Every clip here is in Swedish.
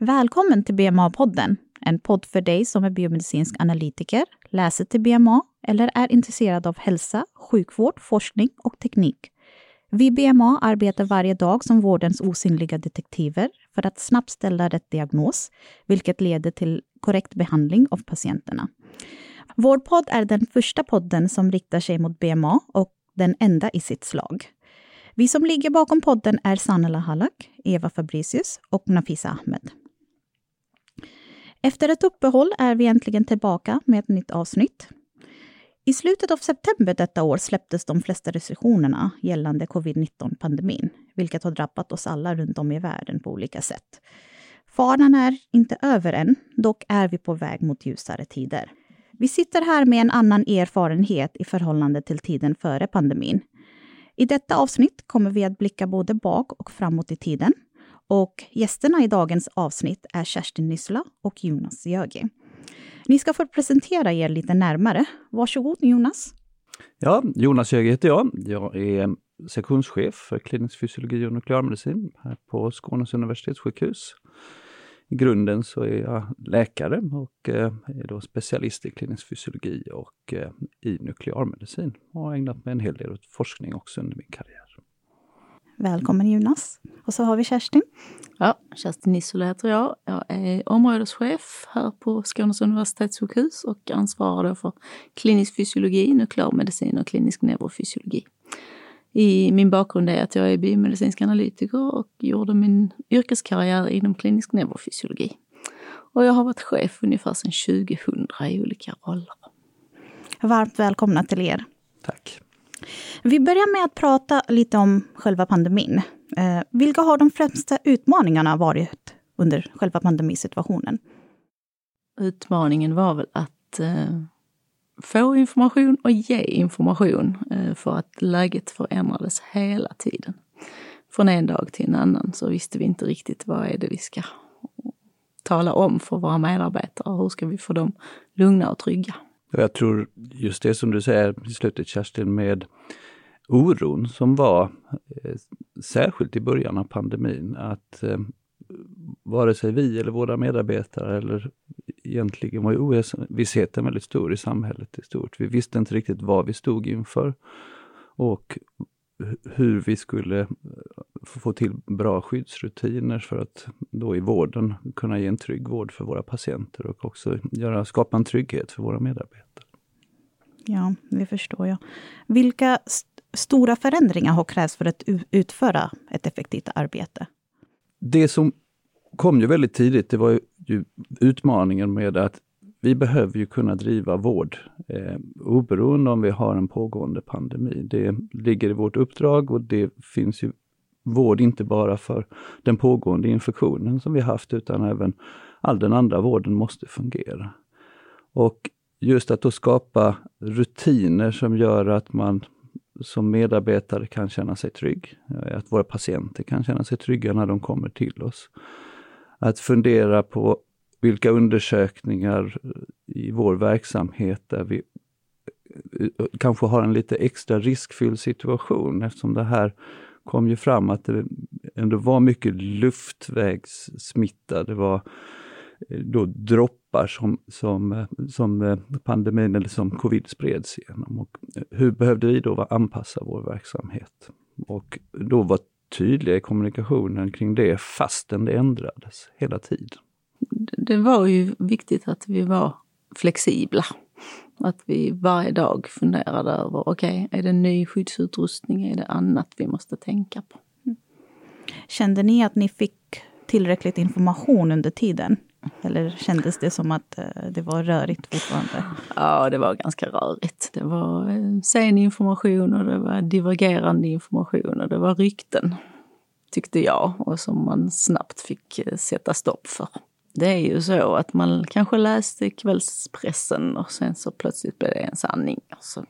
Välkommen till BMA-podden, en podd för dig som är biomedicinsk analytiker, läser till BMA eller är intresserad av hälsa, sjukvård, forskning och teknik. Vi BMA arbetar varje dag som vårdens osynliga detektiver för att snabbt ställa rätt diagnos, vilket leder till korrekt behandling av patienterna. Vår podd är den första podden som riktar sig mot BMA och den enda i sitt slag. Vi som ligger bakom podden är Sanela Hallak, Eva Fabricius och Nafisa Ahmed. Efter ett uppehåll är vi äntligen tillbaka med ett nytt avsnitt. I slutet av september detta år släpptes de flesta restriktionerna gällande covid-19-pandemin, vilket har drabbat oss alla runt om i världen på olika sätt. Faran är inte över än, dock är vi på väg mot ljusare tider. Vi sitter här med en annan erfarenhet i förhållande till tiden före pandemin. I detta avsnitt kommer vi att blicka både bak och framåt i tiden. Och gästerna i dagens avsnitt är Kerstin Nissla och Jonas Jögi. Ni ska få presentera er lite närmare. Varsågod Jonas. Ja, Jonas Jögi heter jag. Jag är sektionschef för klinisk fysiologi och nuklearmedicin här på Skånes universitetssjukhus. I grunden så är jag läkare och är då specialist i klinisk fysiologi och i nuklearmedicin. Och har ägnat mig en hel del åt forskning också under min karriär. Välkommen Jonas. Och så har vi Kerstin. Ja, Kerstin Nissla heter jag. Jag är områdeschef här på Skånes universitetssjukhus och ansvarar för klinisk fysiologi, nuklearmedicin och klinisk neurofysiologi. I min bakgrund är att jag är biomedicinsk analytiker och gjorde min yrkeskarriär inom klinisk neurofysiologi. Och jag har varit chef ungefär sedan 2000 i olika roller. Varmt välkomna till er. Tack. Vi börjar med att prata lite om själva pandemin. Vilka har de främsta utmaningarna varit under själva pandemisituationen? Utmaningen var väl att få information och ge information för att läget förändrades hela tiden. Från en dag till en annan så visste vi inte riktigt vad är det vi ska tala om för våra medarbetare. Hur ska vi få dem lugna och trygga? Jag tror just det som du säger i slutet Kerstin med oron som var särskilt i början av pandemin att vare sig vi eller våra medarbetare eller egentligen var ovissheten väldigt stor i samhället i stort. Vi visste inte riktigt vad vi stod inför och hur vi skulle få till bra skyddsrutiner för att då i vården kunna ge en trygg vård för våra patienter och också skapa en trygghet för våra medarbetare. Ja, det förstår jag. Vilka stora förändringar har krävts för att utföra ett effektivt arbete? Det som kom ju väldigt tidigt, det var ju utmaningen med att vi behöver ju kunna driva vård oberoende om vi har en pågående pandemi. Det ligger i vårt uppdrag och det finns ju vård inte bara för den pågående infektionen som vi haft utan även all den andra vården måste fungera. Och just att då skapa rutiner som gör att man som medarbetare kan känna sig trygg. Att våra patienter kan känna sig trygga när de kommer till oss. Att fundera på vilka undersökningar i vår verksamhet där vi kanske har en lite extra riskfylld situation eftersom det här kom ju fram att det ändå var mycket luftvägssmitta. Det var då droppar som pandemin eller som covid spreds igenom. Och hur behövde vi då anpassa vår verksamhet? Och då var tydliga i kommunikationen kring det fastän det ändrades hela tiden. Det var ju viktigt att vi var flexibla. Att vi varje dag funderade över, okej, är det ny skyddsutrustning? Är det annat vi måste tänka på? Kände ni att ni fick tillräckligt information under tiden? Eller kändes det som att det var rörigt fortfarande? Ja, det var ganska rörigt. Det var sen information och det var divergerande information och det var rykten, tyckte jag. Och som man snabbt fick sätta stopp för. Det är ju så att man kanske läste kvällspressen och sen så plötsligt blev det en sanning. Så.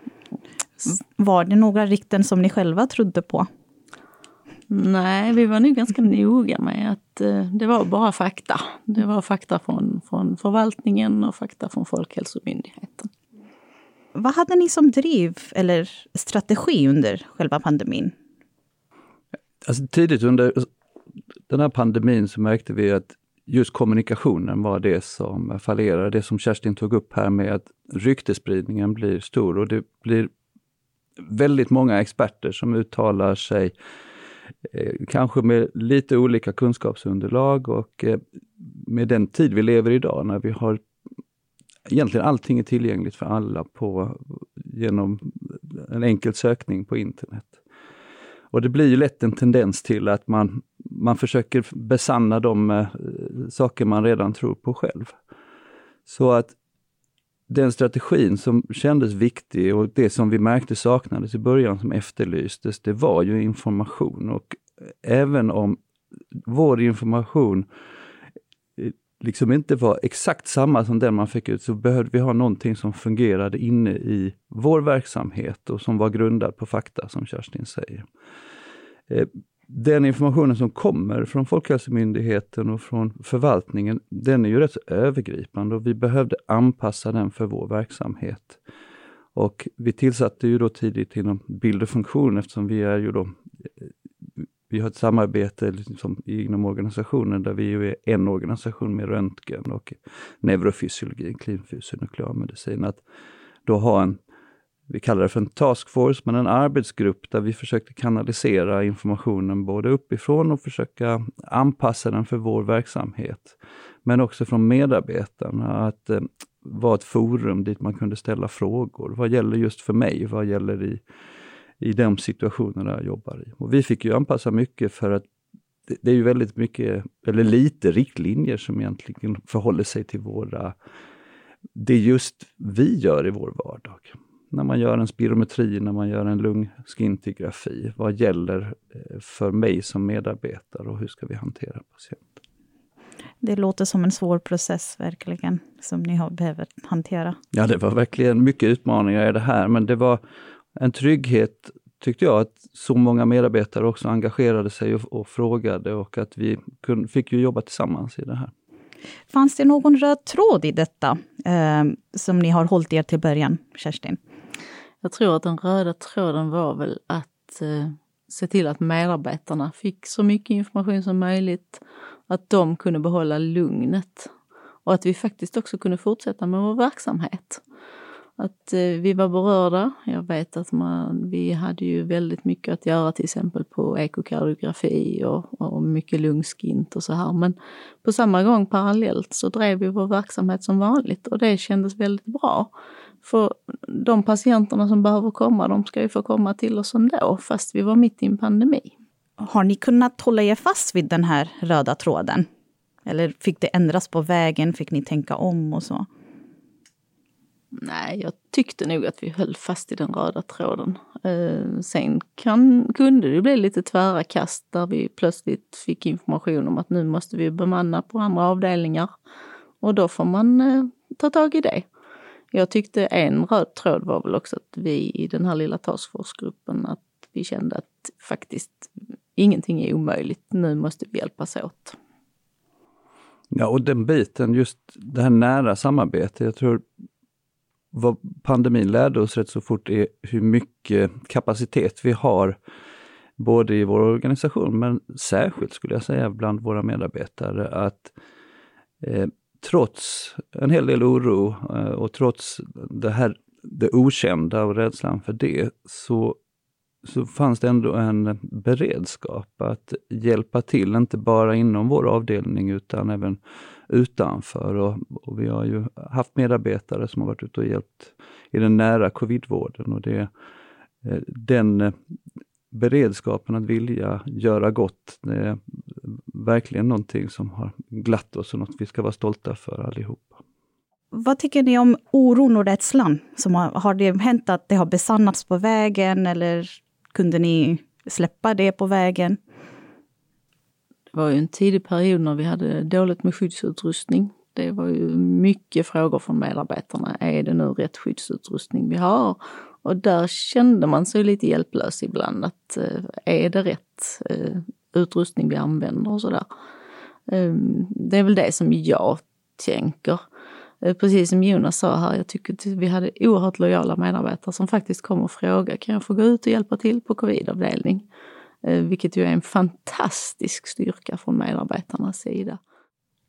Var det några rykten som ni själva trodde på? Nej, vi var nu ganska noga med att det var bara fakta. Det var fakta från förvaltningen och fakta från Folkhälsomyndigheten. Vad hade ni som driv eller strategi under själva pandemin? Alltså, tidigt under den här pandemin så märkte vi att just kommunikationen var det som fallerade. Det som Kerstin tog upp här med att ryktespridningen blir stor och det blir väldigt många experter som uttalar sig kanske med lite olika kunskapsunderlag och med den tid vi lever idag när vi har egentligen allting är tillgängligt för alla genom en enkel sökning på internet. Och det blir ju lätt en tendens till att man försöker besanna de saker man redan tror på själv. Så att den strategin som kändes viktig och det som vi märkte saknades i början som efterlystes, det var ju information. Och även om vår information liksom inte var exakt samma som den man fick ut, så behövde vi ha någonting som fungerade inne i vår verksamhet och som var grundad på fakta, som Kerstin säger. Den informationen som kommer från Folkhälsomyndigheten och från förvaltningen, den är ju rätt så övergripande och vi behövde anpassa den för vår verksamhet. Och vi tillsatte ju då tidigt inom bild och funktion, eftersom vi har ett samarbete liksom inom organisationen där vi ju är en organisation med röntgen och neurofysiologi, klinfysio, nuklearmedicin. Att då ha vi kallar det för en taskforce, men en arbetsgrupp där vi försökte kanalisera informationen både uppifrån och försöka anpassa den för vår verksamhet. Men också från medarbetarna, att vara ett forum dit man kunde ställa frågor. Vad gäller just för mig? Vad gäller i de situationerna jag jobbar i? Och vi fick ju anpassa mycket för att det är ju väldigt mycket, eller lite riktlinjer som egentligen förhåller sig till det just vi gör i vår vardag. När man gör en spirometri, när man gör en lungskintigrafi. Vad gäller för mig som medarbetare och hur ska vi hantera patienten? Det låter som en svår process verkligen som ni har behövt hantera. Ja, det var verkligen mycket utmaningar i det här, men det var en trygghet tyckte jag att så många medarbetare också engagerade sig och frågade och att vi fick ju jobba tillsammans i det här. Fanns det någon röd tråd i detta som ni har hållit er till början, Kerstin? Jag tror att den röda tråden var väl att se till att medarbetarna fick så mycket information som möjligt, att de kunde behålla lugnet och att vi faktiskt också kunde fortsätta med vår verksamhet. Att vi var berörda. Jag vet att vi hade ju väldigt mycket att göra till exempel på ekokardiografi och mycket lungskint och så här. Men på samma gång parallellt så drev vi vår verksamhet som vanligt och det kändes väldigt bra. För de patienterna som behöver komma, de ska ju få komma till oss ändå fast vi var mitt i en pandemi. Har ni kunnat hålla er fast vid den här röda tråden? Eller fick det ändras på vägen? Fick ni tänka om och så? Nej, jag tyckte nog att vi höll fast i den röda tråden. Sen kunde det bli lite tvära kast där vi plötsligt fick information om att nu måste vi bemanna på andra avdelningar. Och då får man ta tag i det. Jag tyckte en röd tråd var väl också att vi i den här lilla taskforce-gruppen att vi kände att faktiskt ingenting är omöjligt. Nu måste vi hjälpas åt. Ja, och den biten, just det här nära samarbetet, jag tror vad pandemin lärde oss rätt så fort är hur mycket kapacitet vi har både i vår organisation men särskilt skulle jag säga bland våra medarbetare att trots en hel del oro och trots det okända och rädslan för det så fanns det ändå en beredskap att hjälpa till, inte bara inom vår avdelning utan även utanför. Och vi har ju haft medarbetare som har varit ute och hjälpt i den nära covidvården och den beredskapen att vilja göra gott, det är verkligen någonting som har glatt oss och något vi ska vara stolta för allihopa. Vad tycker ni om oron och rädslan? Har det hänt att det har besannats på vägen eller kunde ni släppa det på vägen? Det var ju en tidig period när vi hade dåligt med skyddsutrustning. Det var ju mycket frågor från medarbetarna. Är det nu rätt skyddsutrustning vi har? Och där kände man sig lite hjälplös ibland. Att är det rätt utrustning vi använder och sådär. Det är väl det som jag tänker. Precis som Jonas sa här, jag tycker att vi hade oerhört lojala medarbetare som faktiskt kom och frågade, kan jag få gå ut och hjälpa till på covidavdelning? Vilket ju är en fantastisk styrka från medarbetarnas sida.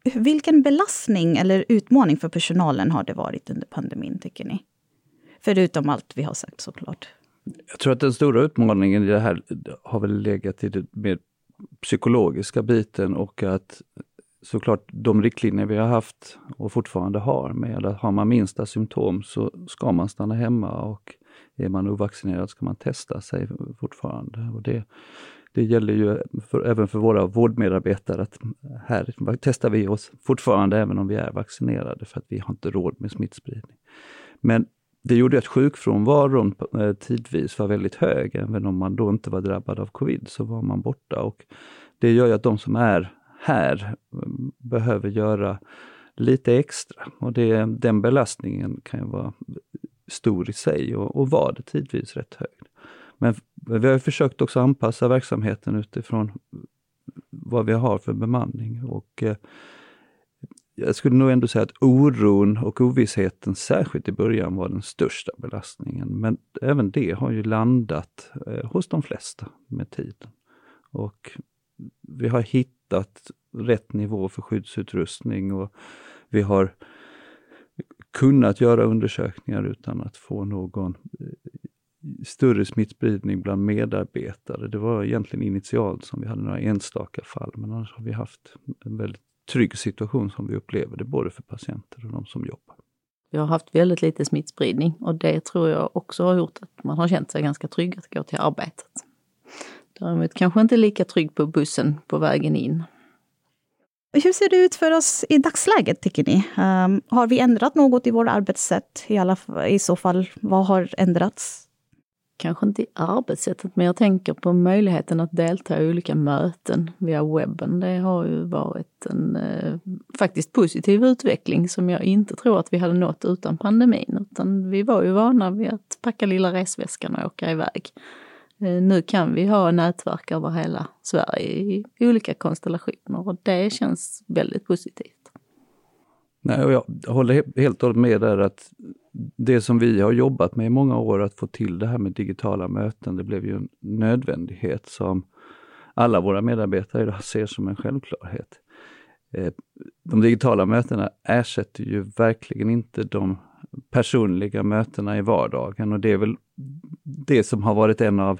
Vilken belastning eller utmaning för personalen har det varit under pandemin, tycker ni? Förutom allt vi har sagt såklart. Jag tror att den stora utmaningen i det här har väl legat i det mer psykologiska biten, och att såklart de riktlinjer vi har haft och fortfarande har med att har man minsta symptom så ska man stanna hemma, och är man ovaccinerad ska man testa sig fortfarande. Och det gäller ju även för våra vårdmedarbetare, att här testar vi oss fortfarande även om vi är vaccinerade, för att vi har inte råd med smittspridning. Men det gjorde att sjukfrånvaron tidvis var väldigt hög. Även om man då inte var drabbad av covid så var man borta. Och det gör ju att de som är här behöver göra lite extra. Och den belastningen kan ju vara stor i sig och var det tidvis rätt hög. Men vi har försökt också anpassa verksamheten utifrån vad vi har för bemanning. Och jag skulle nog ändå säga att oron och ovissheten särskilt i början var den största belastningen. Men även det har ju landat hos de flesta med tiden. Och vi har hittat rätt nivå för skyddsutrustning, och vi har kunnat göra undersökningar utan att få någon större smittspridning bland medarbetare. Det var egentligen initialt som vi hade några enstaka fall, men annars har vi haft en väldigt trygg situation som vi upplever det, både för patienter och de som jobbar. Vi har haft väldigt lite smittspridning, och det tror jag också har gjort att man har känt sig ganska trygg att gå till arbetet. Däremot kanske inte lika trygg på bussen på vägen in. Hur ser det ut för oss i dagsläget, tycker ni? Har vi ändrat något i våra arbetssätt? I så fall, vad har ändrats? Kanske inte i arbetssättet, men jag tänker på möjligheten att delta i olika möten via webben. Det har ju varit en faktiskt positiv utveckling som jag inte tror att vi hade nått utan pandemin. Utan vi var ju vana vid att packa lilla resväskan och åka iväg. Nu kan vi ha nätverk över hela Sverige i olika konstellationer, och det känns väldigt positivt. Nej, och jag håller helt och hållet med där, att det som vi har jobbat med i många år, att få till det här med digitala möten, det blev ju en nödvändighet som alla våra medarbetare idag ser som en självklarhet. De digitala mötena ersätter ju verkligen inte de personliga mötena i vardagen, och det är väl det som har varit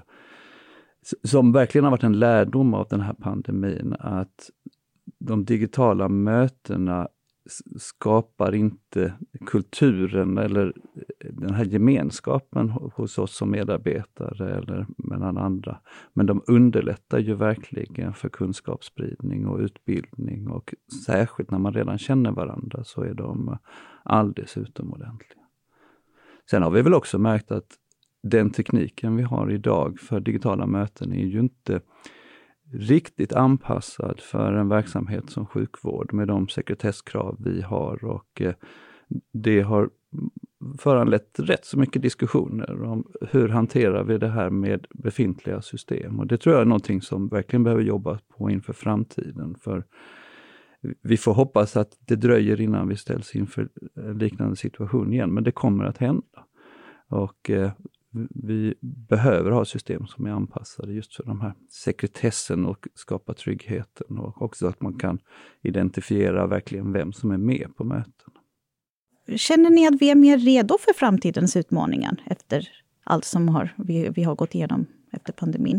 som verkligen har varit en lärdom av den här pandemin, att de digitala mötena skapar inte kulturen eller den här gemenskapen hos oss som medarbetare eller mellan andra. Men de underlättar ju verkligen för kunskapsspridning och utbildning, och särskilt när man redan känner varandra så är de alldeles utomordentliga. Sen har vi väl också märkt att den tekniken vi har idag för digitala möten är ju inte riktigt anpassad för en verksamhet som sjukvård med de sekretesskrav vi har, och det har föranlett rätt så mycket diskussioner om hur hanterar vi det här med befintliga system, och det tror jag är någonting som verkligen behöver jobbas på inför framtiden, för vi får hoppas att det dröjer innan vi ställs inför en liknande situation igen, men det kommer att hända, och vi behöver ha system som är anpassade just för de här sekretessen och skapa tryggheten, och också att man kan identifiera verkligen vem som är med på möten. Känner ni att vi är mer redo för framtidens utmaningar efter allt som vi har gått igenom efter pandemin?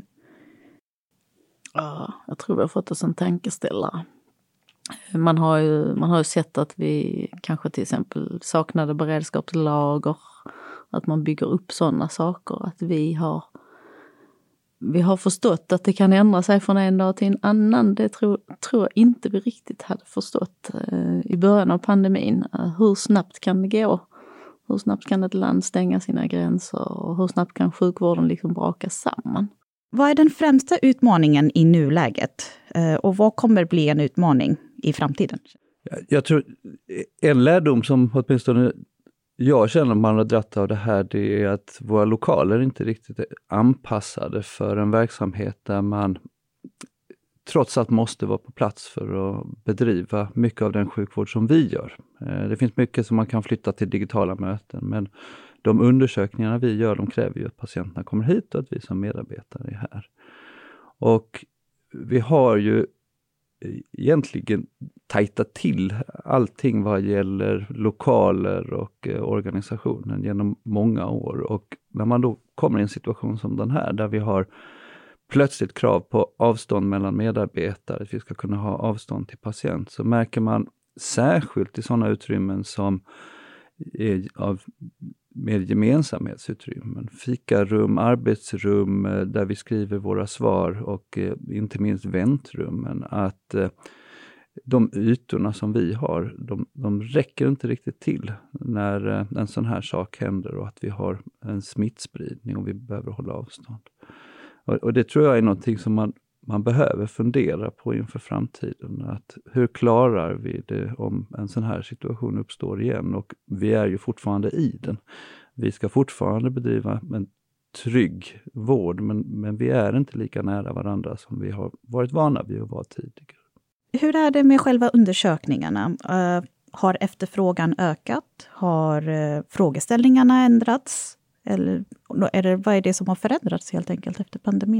Ja, jag tror vi har fått oss en tankeställare. Man har ju sett att vi kanske till exempel saknade beredskapslager, att man bygger upp sådana saker, att vi har förstått att det kan ändra sig från en dag till en annan. Det tror jag inte vi riktigt hade förstått i början av pandemin. Hur snabbt kan det gå? Hur snabbt kan ett land stänga sina gränser? Och hur snabbt kan sjukvården liksom braka samman? Vad är den främsta utmaningen i nuläget? Och vad kommer bli en utmaning i framtiden? Jag tror en lärdom som åtminstone jag känner man har dratt av det här, det är att våra lokaler inte riktigt är anpassade för en verksamhet där man trots allt måste vara på plats för att bedriva mycket av den sjukvård som vi gör. Det finns mycket som man kan flytta till digitala möten, men de undersökningarna vi gör, de kräver ju att patienterna kommer hit och att vi som medarbetare är här. Och vi har ju egentligen tajta till allting vad gäller lokaler och organisationen genom många år. Och när man då kommer i en situation som den här, där vi har plötsligt krav på avstånd mellan medarbetare, att vi ska kunna ha avstånd till patient, så märker man särskilt i sådana utrymmen som är av mer gemensamhetsutrymmen, fikarum, arbetsrum där vi skriver våra svar och inte minst väntrummen, att de ytorna som vi har, de räcker inte riktigt till när en sån här sak händer och att vi har en smittspridning och vi behöver hålla avstånd. Och det tror jag är någonting som man behöver fundera på inför framtiden. Att hur klarar vi det om en sån här situation uppstår igen? Och vi är ju fortfarande i den. Vi ska fortfarande bedriva en trygg vård, men vi är inte lika nära varandra som vi har varit vana vid att vara tidigare. Hur är det med själva undersökningarna? Har efterfrågan ökat? Har frågeställningarna ändrats? Eller vad är det som har förändrats helt enkelt efter pandemin?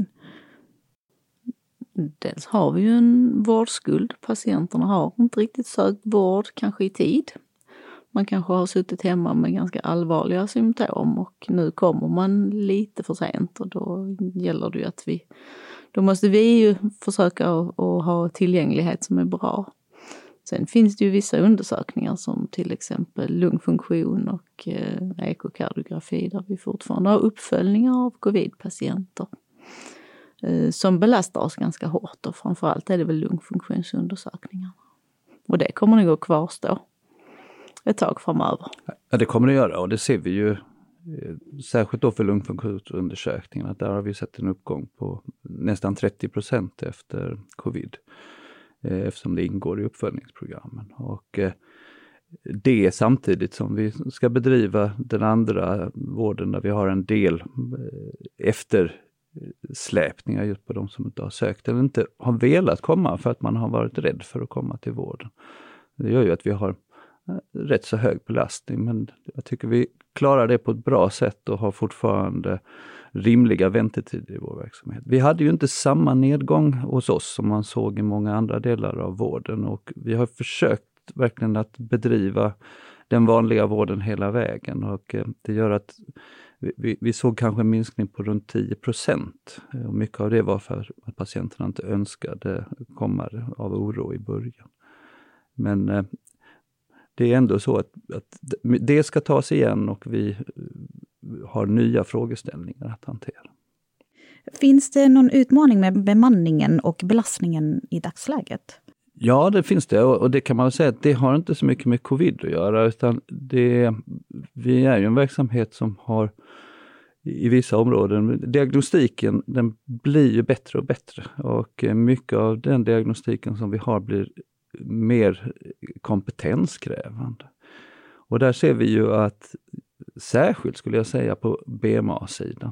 Dels har vi ju en vårdskuld. Patienterna har inte riktigt sökt vård, kanske i tid. Man kanske har suttit hemma med ganska allvarliga symptom och nu kommer man lite för sent, och då gäller det ju att då måste vi ju försöka att ha tillgänglighet som är bra. Sen finns det ju vissa undersökningar som till exempel lungfunktion och ekokardiografi, där vi fortfarande har uppföljningar av covid-patienter som belastar oss ganska hårt, och framförallt är det väl lungfunktionsundersökningar. Och det kommer nog att kvarstå ett tag framöver. Ja, det kommer det göra, och det ser vi ju särskilt då för lungfunktionsundersökningen, att där har vi sett en uppgång på nästan 30% efter covid, eftersom det ingår i uppföljningsprogrammen. Och det samtidigt som vi ska bedriva den andra vården där vi har en del eftersläpningar just på de som inte har sökt eller inte har velat komma för att man har varit rädd för att komma till vården. Det gör ju att vi har rätt så hög belastning, men jag tycker vi klarar det på ett bra sätt och har fortfarande rimliga väntetider i vår verksamhet. Vi hade ju inte samma nedgång hos oss som man såg i många andra delar av vården, och vi har försökt verkligen att bedriva den vanliga vården hela vägen, och det gör att vi såg kanske en minskning på runt 10%, och mycket av det var för att patienterna inte önskade komma av oro i början. Men det är ändå så att det ska tas igen, och vi har nya frågeställningar att hantera. Finns det någon utmaning med bemanningen och belastningen i dagsläget? Ja, det finns det, och det kan man säga att det har inte så mycket med covid att göra, utan vi är ju en verksamhet som har i vissa områden, diagnostiken den blir ju bättre och bättre, och mycket av den diagnostiken som vi har blir mer kompetenskrävande. Och där ser vi ju att särskilt skulle jag säga på BMA-sidan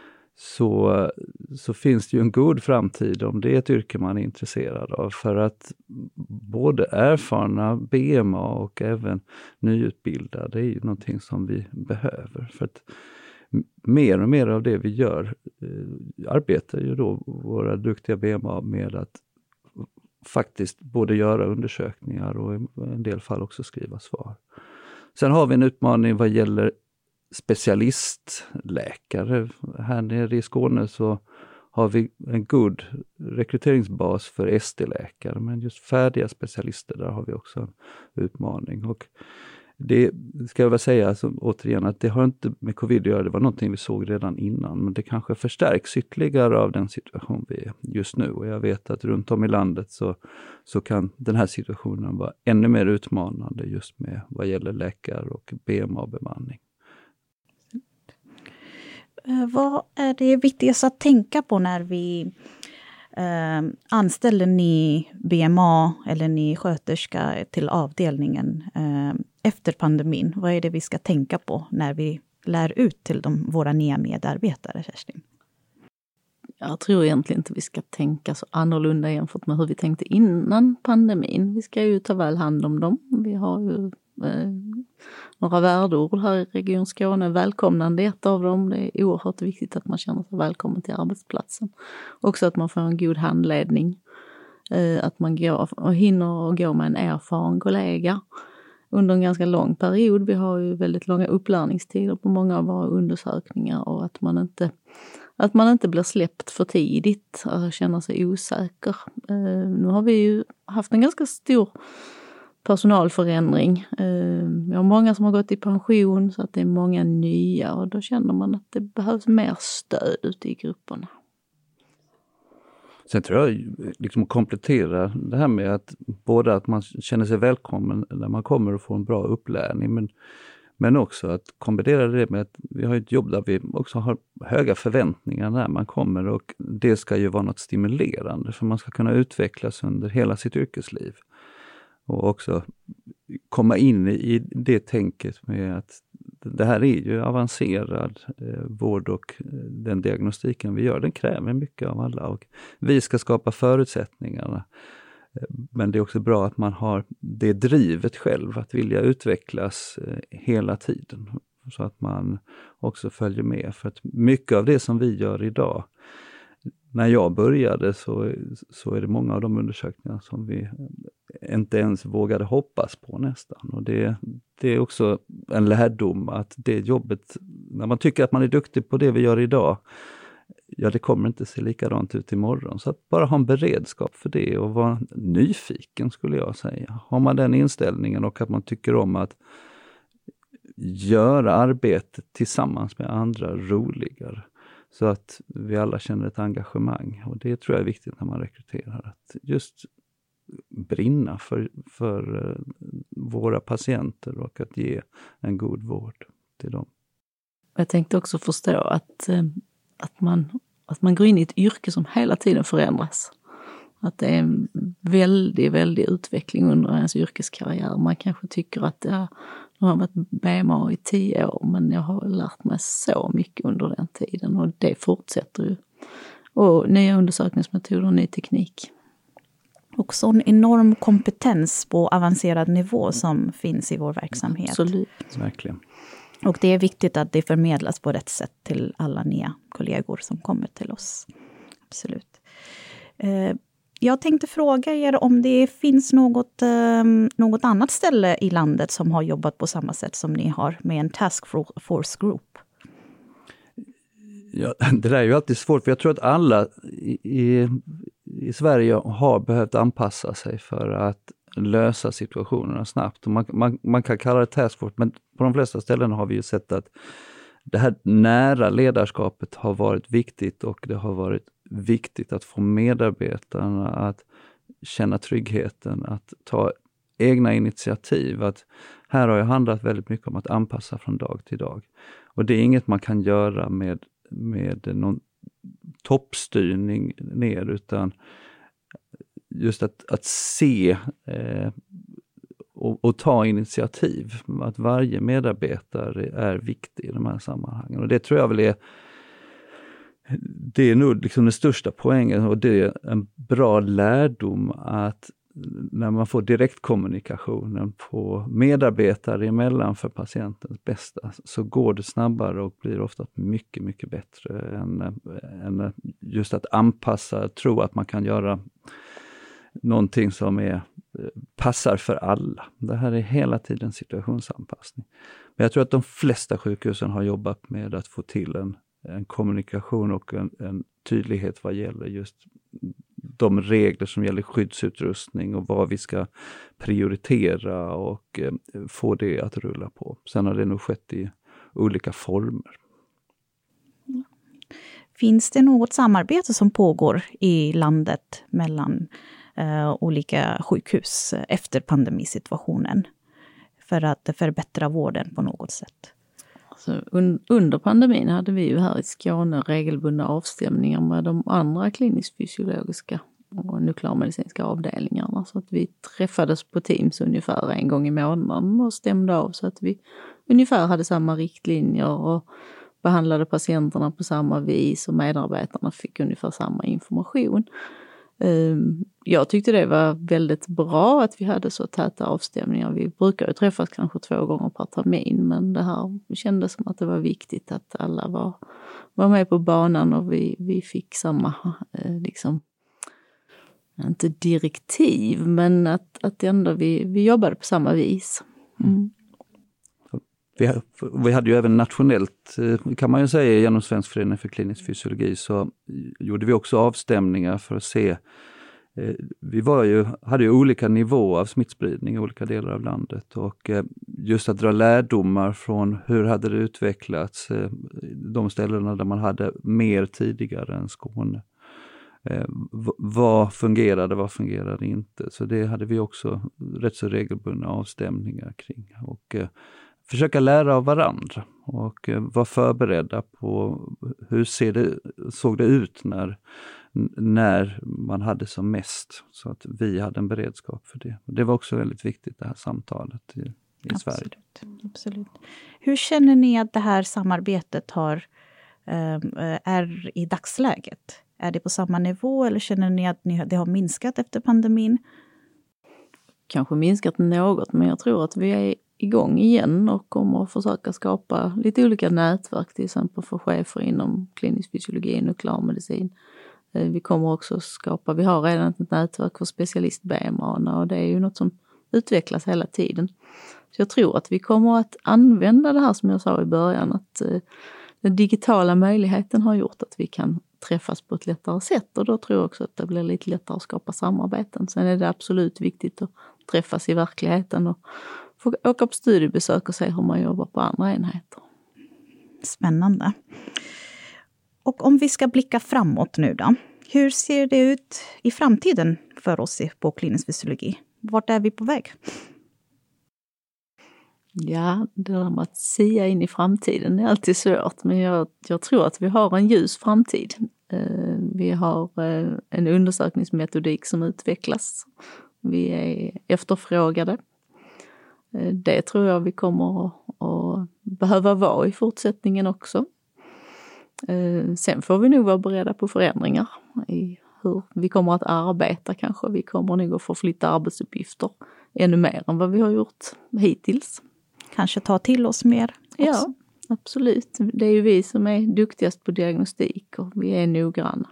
så finns det ju en god framtid om det är ett yrke man är intresserad av, för att både erfarna BMA och även nyutbildade är ju någonting som vi behöver, för att mer och mer av det vi gör arbetar ju då våra duktiga BMA med att faktiskt både göra undersökningar och i en del fall också skriva svar. Sen har vi en utmaning vad gäller specialistläkare. Här nere i Skåne så har vi en god rekryteringsbas för ST-läkare, men just färdiga specialister, där har vi också en utmaning. Och det ska jag väl säga alltså, återigen, att det har inte med covid att göra, det var någonting vi såg redan innan, men det kanske förstärks ytterligare av den situation vi är just nu, och jag vet att runt om i landet så kan den här situationen vara ännu mer utmanande just med vad gäller läkare och BMA-bemanning. Vad är det viktigaste att tänka på när vi anställer ny BMA eller ny sköterska till avdelningen efter pandemin? Vad är det vi ska tänka på när vi lär ut till våra nya medarbetare, Kerstin? Jag tror egentligen inte vi ska tänka så annorlunda jämfört med hur vi tänkte innan pandemin. Vi ska ju ta väl hand om dem. Vi har ju några värdeord här i Region Skåne. Välkomnande är ett av dem. Det är oerhört viktigt att man känner sig välkommen till arbetsplatsen. Också att man får en god handledning. Att man hinner gå med en erfaren kollega under en ganska lång period. Vi har ju väldigt långa upplärningstider på många av våra undersökningar, och att man inte blir släppt för tidigt och känner sig osäker. Nu har vi ju haft en ganska stor personalförändring. Vi har många som har gått i pension, så att det är många nya, och då känner man att det behövs mer stöd ute i grupperna. Sen tror jag liksom att komplettera det här med att både att man känner sig välkommen när man kommer och får en bra upplärning, men också att kombinera det med att vi har ett jobb där vi också har höga förväntningar när man kommer, och det ska ju vara något stimulerande för man ska kunna utvecklas under hela sitt yrkesliv. Och också komma in i det tänket med att det här är ju avancerad vård, och den diagnostiken vi gör, den kräver mycket av alla, och vi ska skapa förutsättningarna. Men det är också bra att man har det drivet själv att vilja utvecklas hela tiden, så att man också följer med. För att mycket av det som vi gör idag, när jag började så är det många av de undersökningar som vi inte ens vågade hoppas på nästan. Och det är också en lärdom att det jobbet, när man tycker att man är duktig på det vi gör idag, ja, det kommer inte se likadant ut imorgon. Så att bara ha en beredskap för det och vara nyfiken, skulle jag säga. Har man den inställningen och att man tycker om att göra arbetet tillsammans med andra roligare, så att vi alla känner ett engagemang. Och det tror jag är viktigt när man rekryterar. Att just brinna för våra patienter och att ge en god vård till dem. Jag tänkte också förstå att man går in i ett yrke som hela tiden förändras. Att det är en väldig utveckling under ens yrkeskarriär. Man kanske tycker att nu har jag varit BMA i 10 år, men jag har lärt mig så mycket under den tiden, och det fortsätter ju. Och nya undersökningsmetoder och ny teknik. Också en enorm kompetens på avancerad nivå som finns i vår verksamhet. Absolut. Verkligen. Och det är viktigt att det förmedlas på rätt sätt till alla nya kollegor som kommer till oss. Absolut. Jag tänkte fråga er om det finns något annat ställe i landet som har jobbat på samma sätt som ni har med en task force group. Ja, det där är ju alltid svårt, för jag tror att alla i Sverige har behövt anpassa sig för att lösa situationerna snabbt. Och man kan kalla det task force, men på de flesta ställen har vi ju sett att det här nära ledarskapet har varit viktigt, och det har varit viktigt att få medarbetarna att känna tryggheten, att ta egna initiativ. Att här har det handlat väldigt mycket om att anpassa från dag till dag. Och det är inget man kan göra med någon toppstyrning ner, utan just att se och ta initiativ. Att varje medarbetare är viktig i de här sammanhangen. Och det tror jag väl det är nog liksom den största poängen, och det är en bra lärdom att när man får direktkommunikationen på medarbetare emellan för patientens bästa, så går det snabbare och blir ofta mycket, mycket bättre än just att anpassa, tro att man kan göra någonting som passar för alla. Det här är hela tiden situationsanpassning. Men jag tror att de flesta sjukhusen har jobbat med att få till en kommunikation och en tydlighet vad gäller just de regler som gäller skyddsutrustning och vad vi ska prioritera, och få det att rulla på. Sen har det nog skett i olika former. Finns det något samarbete som pågår i landet mellan olika sjukhus efter pandemisituationen för att förbättra vården på något sätt? Alltså, under pandemin hade vi ju här i Skåne regelbundna avstämningar med de andra klinisk-fysiologiska och nuklearmedicinska avdelningarna, så att vi träffades på Teams ungefär en gång i månaden och stämde av, så att vi ungefär hade samma riktlinjer och behandlade patienterna på samma vis, och medarbetarna fick ungefär samma information. Jag tyckte det var väldigt bra att vi hade så täta avstämningar. Vi brukar ju träffas kanske 2 gånger per termin, men det här kändes som att det var viktigt att alla var med på banan, och vi fick samma inte direktiv, men att ändå vi jobbade på samma vis. Mm. Vi hade ju även nationellt, kan man ju säga, genom Svensk förening för klinisk fysiologi så gjorde vi också avstämningar för att se. Vi hade ju olika nivåer av smittspridning i olika delar av landet och just att dra lärdomar från hur hade det utvecklats de ställena där man hade mer tidigare än Skåne. Vad fungerade inte? Så det hade vi också rätt så regelbundna avstämningar kring och försöka lära av varandra och vara förberedda på hur såg det ut när man hade som mest, så att vi hade en beredskap för det. Det var också väldigt viktigt, det här samtalet i Sverige. Absolut. Hur känner ni att det här samarbetet är i dagsläget? Är det på samma nivå eller känner ni att det har minskat efter pandemin? Kanske minskat något, men jag tror att vi är igång igen och kommer att försöka skapa lite olika nätverk, till exempel för chefer inom klinisk fysiologi och nuklearmedicin. Vi kommer också vi har redan ett nätverk för specialist-BMA och det är ju något som utvecklas hela tiden. Så jag tror att vi kommer att använda det här som jag sa i början, att den digitala möjligheten har gjort att vi kan träffas på ett lättare sätt och då tror jag också att det blir lite lättare att skapa samarbeten. Sen är det absolut viktigt att träffas i verkligheten och få åka på studiebesök och se hur man jobbar på andra enheter. Spännande. Och om vi ska blicka framåt nu då. Hur ser det ut i framtiden för oss på klinisk fysiologi? Vart är vi på väg? Ja, det där med att sia in i framtiden är alltid svårt. Men jag tror att vi har en ljus framtid. Vi har en undersökningsmetodik som utvecklas. Vi är efterfrågade. Det tror jag vi kommer att behöva vara i fortsättningen också. Sen får vi nog vara beredda på förändringar i hur vi kommer att arbeta kanske. Vi kommer nog att förflytta arbetsuppgifter ännu mer än vad vi har gjort hittills. Kanske ta till oss mer också. Ja, absolut. Det är ju vi som är duktigast på diagnostik och vi är noggranna.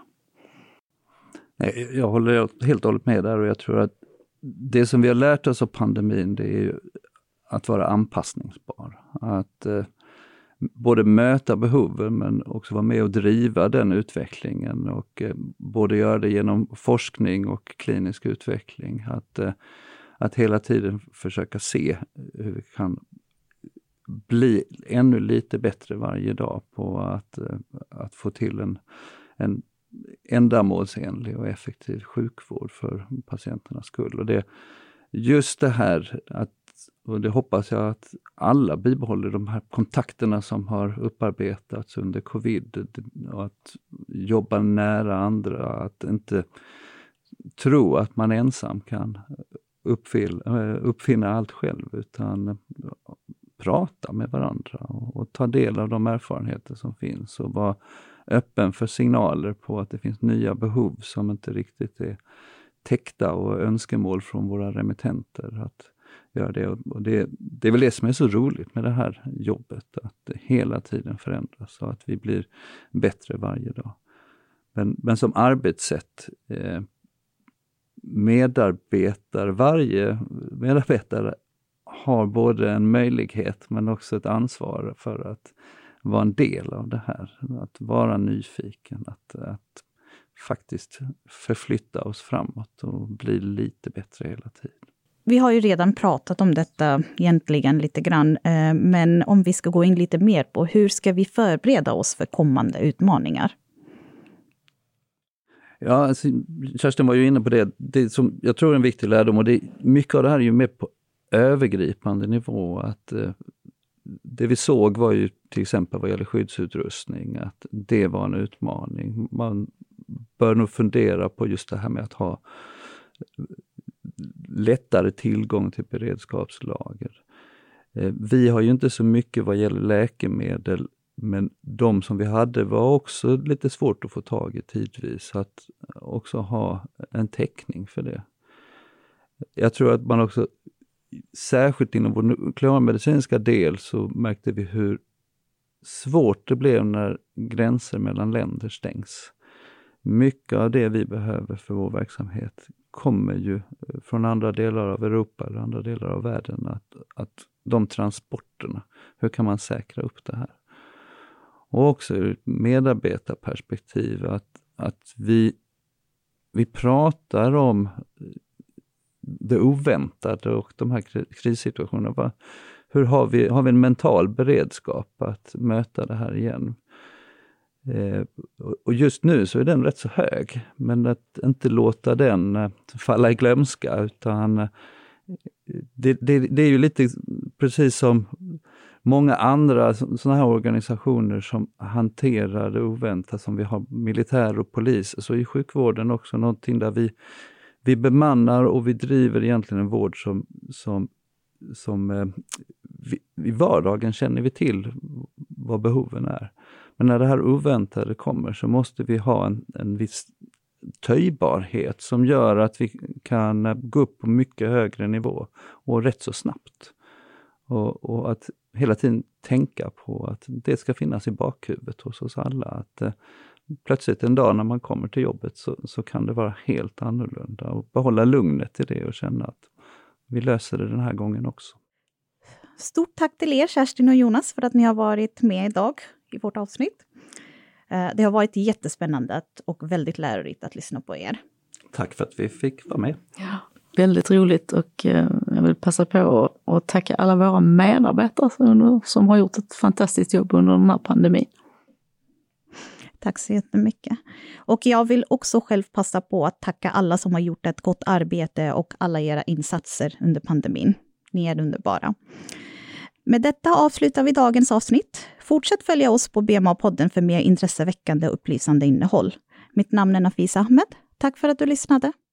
Jag håller helt och hållet med där och jag tror att det som vi har lärt oss av pandemin det är ju att vara anpassningsbar. Att både möta behoven men också vara med och driva den utvecklingen och både göra det genom forskning och klinisk utveckling. Att hela tiden försöka se hur vi kan bli ännu lite bättre varje dag på att få till en ändamålsenlig och effektiv sjukvård för patienternas skull. Och just det här och det hoppas jag att alla bibehåller de här kontakterna som har upparbetats under covid och att jobba nära andra, att inte tro att man ensam kan uppfinna allt själv utan prata med varandra och ta del av de erfarenheter som finns och vara öppen för signaler på att det finns nya behov som inte riktigt är täckta och önskemål från våra remittenter att göra det. Och det är väl det som är så roligt med det här jobbet, att det hela tiden förändras och att vi blir bättre varje dag. Men som arbetssätt varje medarbetare har både en möjlighet men också ett ansvar för att vara en del av det här. Att vara nyfiken, att faktiskt förflytta oss framåt och bli lite bättre hela tiden. Vi har ju redan pratat om detta egentligen lite grann, men om vi ska gå in lite mer på hur ska vi förbereda oss för kommande utmaningar? Ja, alltså, Kerstin var ju inne på det som jag tror är en viktig lärdom och mycket av det här är ju mer på övergripande nivå. Att det vi såg var ju till exempel vad gäller skyddsutrustning att det var en utmaning. Man bör nog fundera på just det här med att ha lättare tillgång till beredskapslager. Vi har ju inte så mycket vad gäller läkemedel, men de som vi hade var också lite svårt att få tag i tidvis. Att också ha en täckning för det. Jag tror att man också, särskilt inom vår nuklearmedicinska del, så märkte vi hur svårt det blev när gränser mellan länder stängs. mycket av det vi behöver för vår verksamhet kommer ju från andra delar av Europa eller andra delar av världen. Att de transporterna, hur kan man säkra upp det här? Och också ur ett medarbetarperspektiv att vi pratar om det oväntade och de här krissituationerna. Hur har vi en mental beredskap att möta det här igen? Och just nu så är den rätt så hög, men att inte låta den falla i glömska, utan det är ju lite precis som många andra sådana här organisationer som hanterar det oväntade, som vi har militär och polis, så i sjukvården också någonting där vi bemannar och vi driver egentligen en vård som i vardagen känner vi till vad behoven är. Men när det här oväntade kommer så måste vi ha en viss töjbarhet som gör att vi kan gå upp på mycket högre nivå och rätt så snabbt. Och att hela tiden tänka på att det ska finnas i bakhuvudet hos oss alla. Att plötsligt en dag när man kommer till jobbet så kan det vara helt annorlunda. Och behålla lugnet i det och känna att vi löser det den här gången också. Stort tack till er, Kerstin och Jonas, för att ni har varit med idag i vårt avsnitt. Det har varit jättespännande och väldigt lärorikt att lyssna på er. Tack för att vi fick vara med. Ja, väldigt roligt, och jag vill passa på att tacka alla våra medarbetare som har gjort ett fantastiskt jobb under den här pandemin. Tack så jättemycket. Och jag vill också själv passa på att tacka alla som har gjort ett gott arbete och alla era insatser under pandemin. Ni är underbara. Med detta avslutar vi dagens avsnitt. Fortsätt följa oss på BMA-podden för mer intresseväckande och upplysande innehåll. Mitt namn är Nafisa Ahmed. Tack för att du lyssnade.